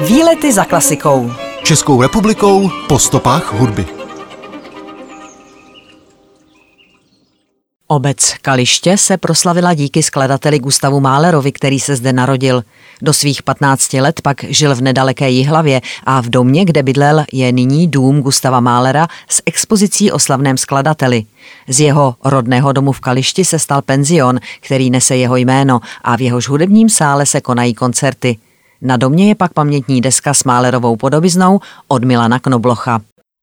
Výlety za klasikou. Českou republikou po stopách hudby. Obec Kaliště se proslavila díky skladateli Gustavu Mahlerovi, který se zde narodil. Do svých 15 let pak žil v nedaleké Jihlavě a v domě, kde bydlel, je nyní dům Gustava Mahlera s expozicí o slavném skladateli. Z jeho rodného domu v Kališti se stal penzion, který nese jeho jméno, a v jehož hudebním sále se konají koncerty. Na domě je pak pamětní deska s Mahlerovou podobiznou od Milana Knoblocha.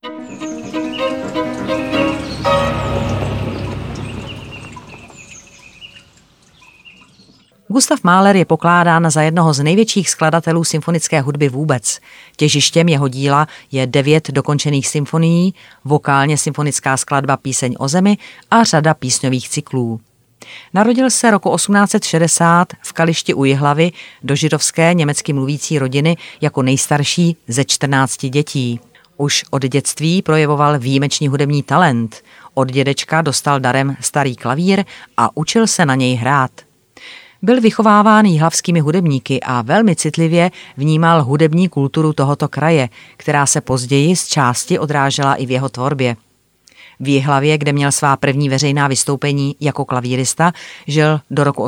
Gustav Mahler je pokládán za jednoho z největších skladatelů symfonické hudby vůbec. Těžištěm jeho díla je 9 dokončených symfonií, vokálně symfonická skladba Píseň o zemi a řada písňových cyklů. Narodil se roku 1860 v Kališti u Jihlavy do židovské německy mluvící rodiny jako nejstarší ze 14 dětí. Už od dětství projevoval výjimečný hudební talent. Od dědečka dostal darem starý klavír a učil se na něj hrát. Byl vychováván jihlavskými hudebníky a velmi citlivě vnímal hudební kulturu tohoto kraje, která se později z části odrážela i v jeho tvorbě. V Jihlavě, kde měl svá první veřejná vystoupení jako klavírista, žil do roku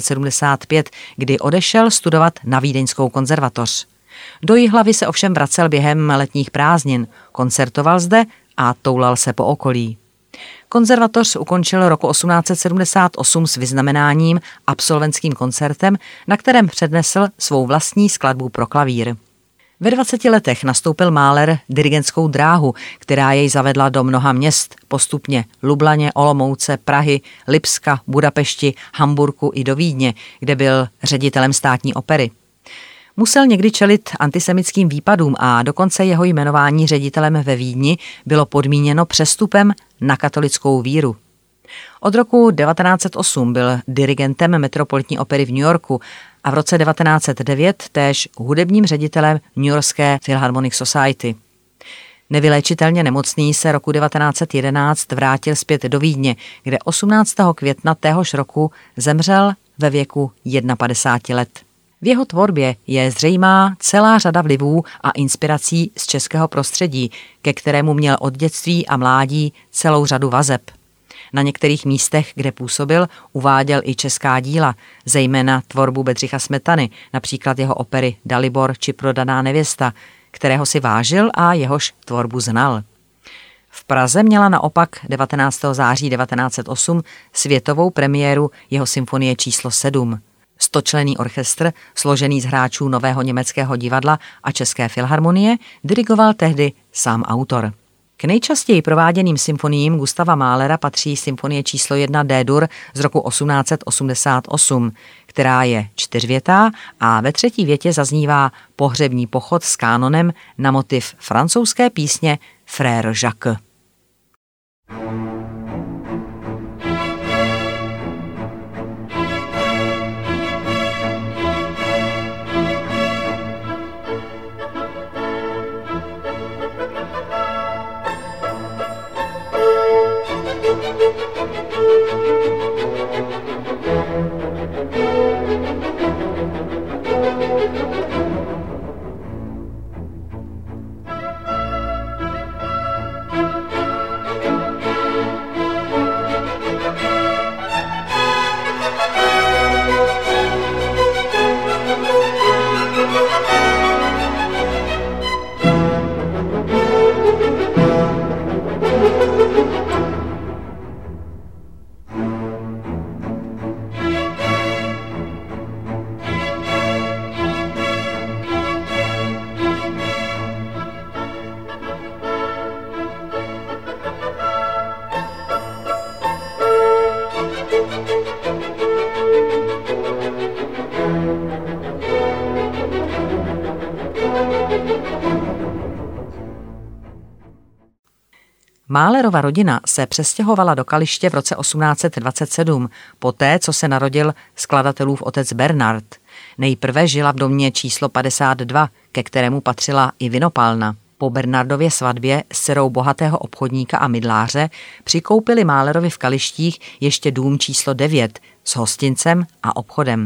1875, kdy odešel studovat na Vídeňskou konzervatoř. Do Jihlavy se ovšem vracel během letních prázdnin, koncertoval zde a toulal se po okolí. Konzervatoř ukončil roku 1878 s vyznamenáním absolventským koncertem, na kterém přednesl svou vlastní skladbu pro klavír. Ve 20 letech nastoupil Mahler dirigentskou dráhu, která jej zavedla do mnoha měst, postupně Lublaně, Olomouce, Prahy, Lipska, Budapešti, Hamburku i do Vídně, kde byl ředitelem státní opery. Musel někdy čelit antisemickým výpadům a dokonce jeho jmenování ředitelem ve Vídni bylo podmíněno přestupem na katolickou víru. Od roku 1908 byl dirigentem Metropolitní opery v New Yorku a v roce 1909 též hudebním ředitelem Newyorské Philharmonic Society. Nevyléčitelně nemocný se roku 1911 vrátil zpět do Vídně, kde 18. května téhož roku zemřel ve věku 51 let. V jeho tvorbě je zřejmá celá řada vlivů a inspirací z českého prostředí, ke kterému měl od dětství a mládí celou řadu vazeb. Na některých místech, kde působil, uváděl i česká díla, zejména tvorbu Bedřicha Smetany, například jeho opery Dalibor či Prodaná nevěsta, kterého si vážil a jehož tvorbu znal. V Praze měla naopak 19. září 1908 světovou premiéru jeho symfonie číslo 7. 100členný orchestr, složený z hráčů Nového německého divadla a České filharmonie, dirigoval tehdy sám autor. K nejčastěji prováděným symfoniím Gustava Mahlera patří symfonie číslo 1 D-dur z roku 1888, která je čtyřvětá a ve třetí větě zaznívá pohřební pochod s kánonem na motiv francouzské písně Frère Jacques. Mahlerova rodina se přestěhovala do Kaliště v roce 1827, poté, co se narodil skladatelův otec Bernard. Nejprve žila v domě číslo 52, ke kterému patřila i vinopálna. Po Bernardově svatbě s dcerou bohatého obchodníka a mydláře přikoupili Mahlerovi v Kalištích ještě dům číslo 9 s hostincem a obchodem.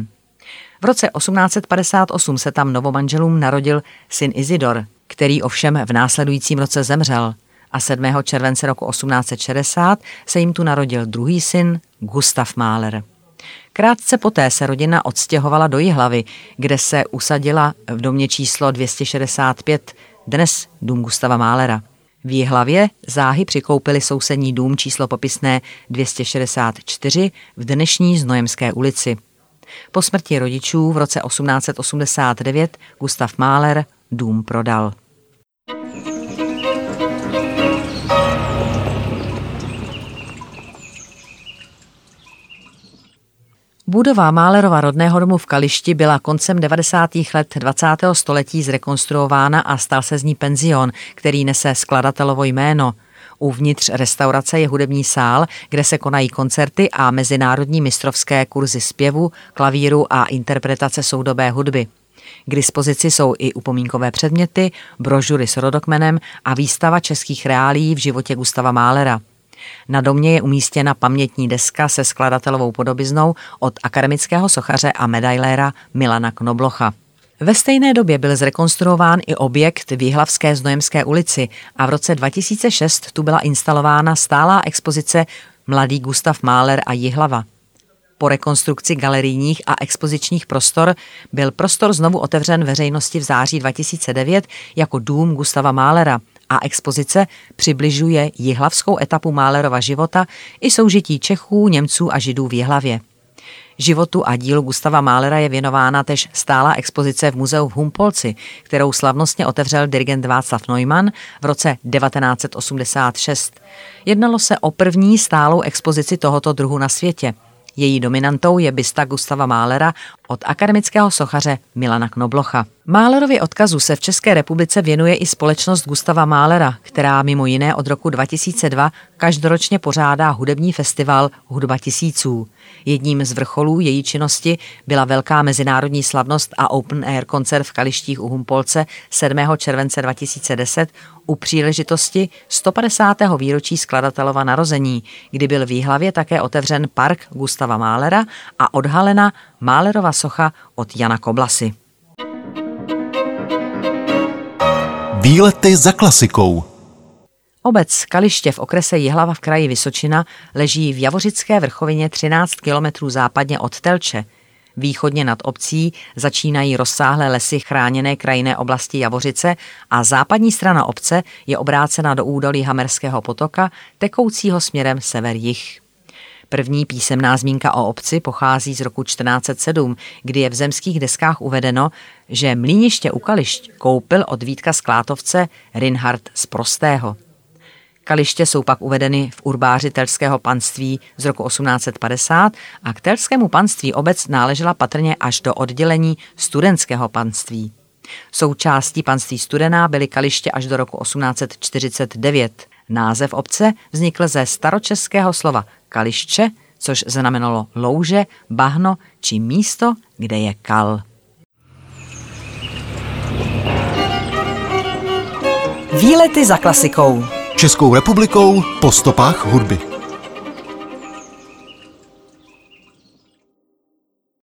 V roce 1858 se tam novomanželům narodil syn Isidor, který ovšem v následujícím roce zemřel, a 7. července roku 1860 se jim tu narodil druhý syn Gustav Mahler. Krátce poté se rodina odstěhovala do Jihlavy, kde se usadila v domě číslo 265, dnes dům Gustava Mahlera. V Jihlavě záhy přikoupili sousední dům číslo popisné 264 v dnešní Znojemské ulici. Po smrti rodičů v roce 1889 Gustav Mahler dům prodal. Budova Mahlerova rodného domu v Kališti byla koncem 90. let 20. století zrekonstruována a stal se z ní penzion, který nese skladatelovo jméno. Uvnitř restaurace je hudební sál, kde se konají koncerty a mezinárodní mistrovské kurzy zpěvu, klavíru a interpretace soudobé hudby. K dispozici jsou i upomínkové předměty, brožury s rodokmenem a výstava českých reálií v životě Gustava Mahlera. Na domě je umístěna pamětní deska se skladatelovou podobiznou od akademického sochaře a medailéra Milana Knoblocha. Ve stejné době byl zrekonstruován i objekt v Jihlavské Znojemské ulici a v roce 2006 tu byla instalována stálá expozice Mladý Gustav Mahler a Jihlava. Po rekonstrukci galerijních a expozičních prostor byl prostor znovu otevřen veřejnosti v září 2009 jako dům Gustava Mahlera a expozice přibližuje jihlavskou etapu Mahlerova života i soužití Čechů, Němců a Židů v Jihlavě. Životu a dílu Gustava Mahlera je věnována též stálá expozice v muzeu v Humpolci, kterou slavnostně otevřel dirigent Václav Neumann v roce 1986. Jednalo se o první stálou expozici tohoto druhu na světě. Její dominantou je bysta Gustava Mahlera od akademického sochaře Milana Knoblocha. Mahlerově odkazu se v České republice věnuje i společnost Gustava Mahlera, která mimo jiné od roku 2002 každoročně pořádá hudební festival Hudba tisíců. Jedním z vrcholů její činnosti byla velká mezinárodní slavnost a open air koncert v Kalištích u Humpolce 7. července 2010 u příležitosti 150. výročí skladatelova narození, kdy byl v Jihlavě také otevřen park Gustava Mahlera a odhalena Mahlerova socha od Jana Koblasy. Výlety za klasikou. Obec Kaliště v okrese Jihlava v kraji Vysočina leží v Javořické vrchovině 13 kilometrů západně od Telče. Východně nad obcí začínají rozsáhlé lesy chráněné krajinné oblasti Javořice a západní strana obce je obrácena do údolí Hamerského potoka, tekoucího směrem sever-jih. První písemná zmínka o obci pochází z roku 1407, kdy je v zemských deskách uvedeno, že mlýniště u Kališť koupil od Vítka z Klátovce Reinhard z Prostého. Kaliště jsou pak uvedeny v urbáři telského panství z roku 1850 a k telskému panství obec náležela patrně až do oddělení studentského panství. Součástí panství Studená byly Kaliště až do roku 1849. Název obce vznikl ze staročeského slova kaliště, což znamenalo louže, bahno či místo, kde je kal. Výlety za klasikou. Českou republikou po stopách hudby.